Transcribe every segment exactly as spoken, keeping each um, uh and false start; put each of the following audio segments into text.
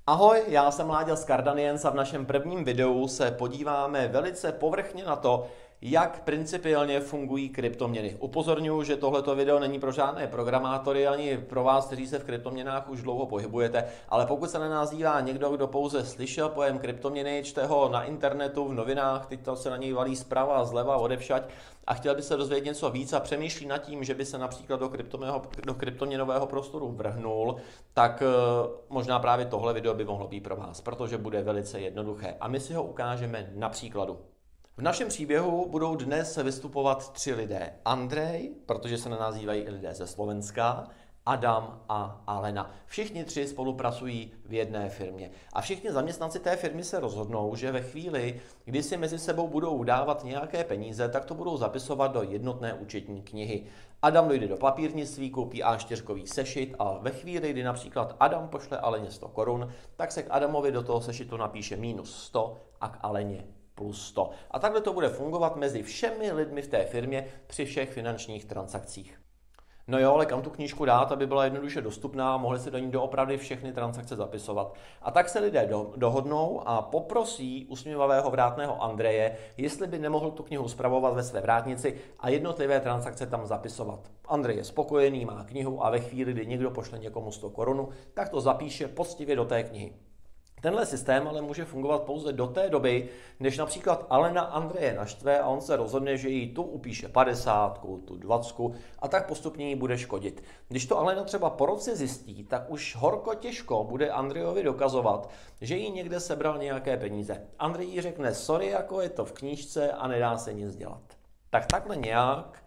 Ahoj, já jsem Láďa z Cardaniens a v našem prvním videu se podíváme velice povrchně na to, jak principiálně fungují kryptoměny. Upozorňuji, že tohleto video není pro žádné programátory ani pro vás, kteří se v kryptoměnách už dlouho pohybujete, ale pokud se na nás dívá někdo, kdo pouze slyšel pojem kryptoměny, čte ho na internetu, v novinách, teď to se na něj valí zprava a zleva, odevšať a chtěl by se dozvědět něco víc a přemýšlí nad tím, že by se například do, do kryptoměnového prostoru vrhnul, tak možná právě tohle video by mohlo být pro vás, protože bude velice jednoduché a my si ho ukážeme na příkladu. V našem příběhu budou dnes vystupovat tři lidé. Andrej, protože se na nás dívají i lidé ze Slovenska, Adam a Alena. Všichni tři spolupracují v jedné firmě. A všichni zaměstnanci té firmy se rozhodnou, že ve chvíli, kdy si mezi sebou budou dávat nějaké peníze, tak to budou zapisovat do jednotné účetní knihy. Adam dojde do papírnictví, koupí á čtyři sešit a ve chvíli, kdy například Adam pošle Aleně sto korun, tak se k Adamovi do toho sešitu napíše minus sto a k Aleně plus sto. A takhle to bude fungovat mezi všemi lidmi v té firmě při všech finančních transakcích. No jo, ale kam tu knížku dát, aby byla jednoduše dostupná a mohli si do ní doopravdy všechny transakce zapisovat. A tak se lidé do, dohodnou a poprosí usměvavého vrátného Andreje, jestli by nemohl tu knihu spravovat ve své vrátnici a jednotlivé transakce tam zapisovat. Andrej je spokojený, má knihu a ve chvíli, kdy někdo pošle někomu sto korun, tak to zapíše poctivě do té knihy. Tenhle systém ale může fungovat pouze do té doby, než například Alena Andreje naštve a on se rozhodne, že jí tu upíše padesátku, tu dvacku a tak postupně jí bude škodit. Když to Alena třeba po roce zjistí, tak už horko těžko bude Andrejovi dokazovat, že jí někde sebral nějaké peníze. Andrej jí řekne sorry, jako je to v knížce a nedá se nic dělat. Tak takhle nějak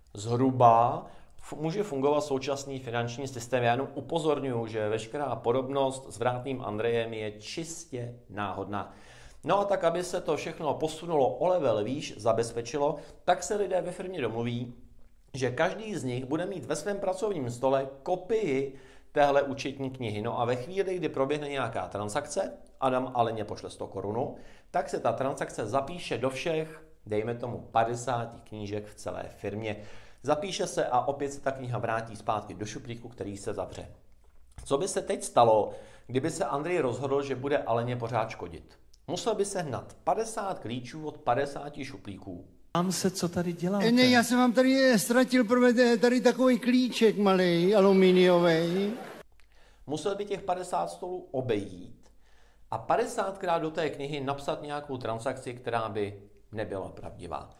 zhruba může fungovat současný finanční systém. Já jenom upozorňuji, že veškerá podobnost s vrátným Andrejem je čistě náhodná. No a tak, aby se to všechno posunulo o level výš, zabezpečilo, tak se lidé ve firmě domluví, že každý z nich bude mít ve svém pracovním stole kopii téhle účetní knihy. No a ve chvíli, kdy proběhne nějaká transakce, Adam Aleně pošle sto korun, tak se ta transakce zapíše do všech, dejme tomu padesát knížek v celé firmě. Zapíše se a opět se ta kniha vrátí zpátky do šuplíku, který se zavře. Co by se teď stalo, kdyby se Andrej rozhodl, že bude Aleně pořád škodit? Musel by se hnat padesát klíčů od padesáti šuplíků. Ptám se, co tady děláte? Ne, já jsem vám tady ztratil prvé tady takový klíček malý, alumíniový. Musel by těch padesát stolů obejít a padesátkrát do té knihy napsat nějakou transakci, která by nebyla pravdivá.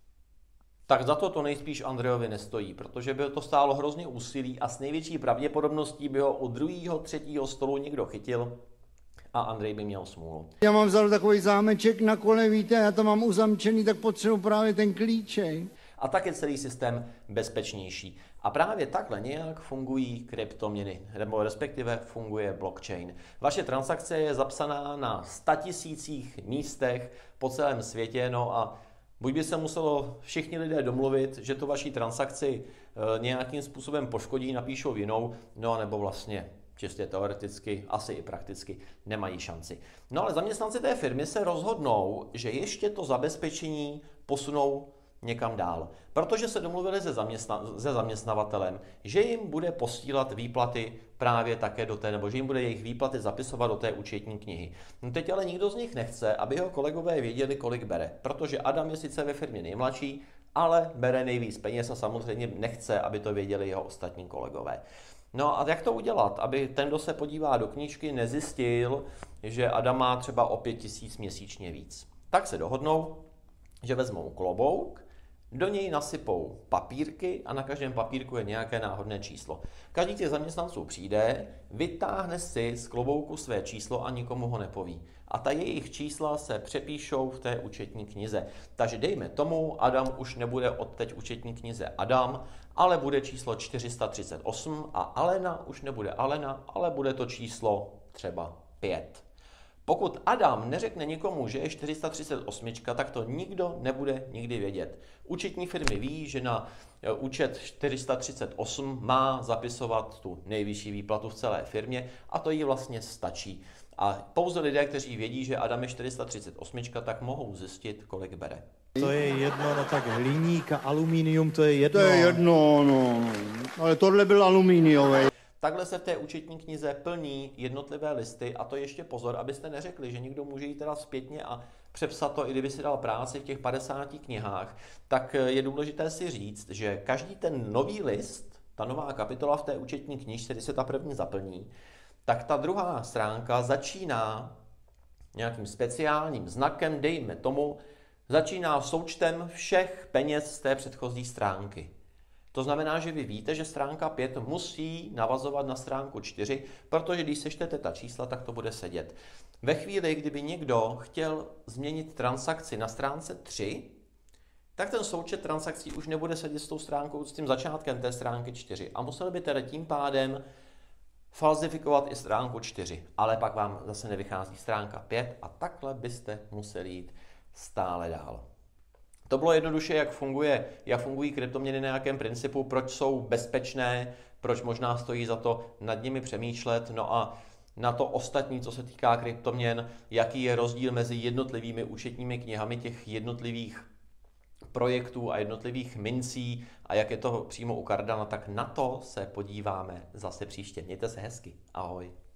Tak za to to nejspíš Andrejovi nestojí, protože by to stálo hrozně úsilí a s největší pravděpodobností by ho u druhého, třetího stolu někdo chytil a Andrej by měl smůlu. Já mám vzal takový zámeček na kole, víte, já to mám uzamčený, tak potřebuji právě ten klíček. A tak je celý systém bezpečnější. A právě takhle nějak fungují kryptoměny, nebo respektive funguje blockchain. Vaše transakce je zapsaná na statisících místech po celém světě, no a buď by se muselo všichni lidé domluvit, že to vaší transakci e, nějakým způsobem poškodí, napíšou jinou, no nebo vlastně čistě teoreticky, asi i prakticky nemají šanci. No ale zaměstnanci té firmy se rozhodnou, že ještě to zabezpečení posunou někam dál, protože se domluvili se, zaměstna- se zaměstnavatelem, že jim bude posílat výplaty právě také do té, nebo že jim bude jejich výplaty zapisovat do té účetní knihy. No teď ale nikdo z nich nechce, aby jeho kolegové věděli, kolik bere, protože Adam je sice ve firmě nejmladší, ale bere nejvíc peněz a samozřejmě nechce, aby to věděli jeho ostatní kolegové. No a jak to udělat, aby ten, kdo se podívá do knížky, nezjistil, že Adam má třeba o pět tisíc měsíčně víc? Tak se dohodnou, že vezmou klobouk, do něj nasypou papírky a na každém papírku je nějaké náhodné číslo. Každý těch zaměstnanců přijde, vytáhne si z klobouku své číslo a nikomu ho nepoví. A ta jejich čísla se přepíšou v té účetní knize. Takže dejme tomu, Adam už nebude odteď účetní knize Adam, ale bude číslo čtyři sta třicet osm a Alena už nebude Alena, ale bude to číslo třeba pět. Pokud Adam neřekne nikomu, že je čtyři sta třicet osm, tak to nikdo nebude nikdy vědět. Účetní firmy ví, že na účet čtyři sta třicet osm má zapisovat tu nejvyšší výplatu v celé firmě a to jí vlastně stačí. A pouze lidé, kteří vědí, že Adam je čtyři sta třicet osm, tak mohou zjistit, kolik bere. To je jedno, no tak hliník a alumínium, to je jedno. To je jedno, no. Ale tohle byl alumíniový. Takhle se v té účetní knize plní jednotlivé listy a to ještě pozor, abyste neřekli, že někdo může jít teda zpětně a přepsat to, i kdyby si dal práci v těch padesáti knihách, tak je důležité si říct, že každý ten nový list, ta nová kapitola v té účetní knižce, když se ta první zaplní, tak ta druhá stránka začíná nějakým speciálním znakem, dejme tomu, začíná součtem všech peněz z té předchozí stránky. To znamená, že vy víte, že stránka pět musí navazovat na stránku čtyři, protože když sečtete ta čísla, tak to bude sedět. Ve chvíli, kdyby někdo chtěl změnit transakci na stránce tři, tak ten součet transakcí už nebude sedět s tou stránkou, s tím začátkem té stránky čtyři. A musel by tedy tím pádem falzifikovat i stránku čtyři. Ale pak vám zase nevychází stránka pět a takhle byste museli jít stále dál. To bylo jednoduše, jak, funguje, jak fungují kryptoměny na jakém principu, proč jsou bezpečné, proč možná stojí za to nad nimi přemýšlet. No a na to ostatní, co se týká kryptoměn, jaký je rozdíl mezi jednotlivými účetními knihami těch jednotlivých projektů a jednotlivých mincí a jak je to přímo u Cardano, tak na to se podíváme zase příště. Mějte se hezky. Ahoj.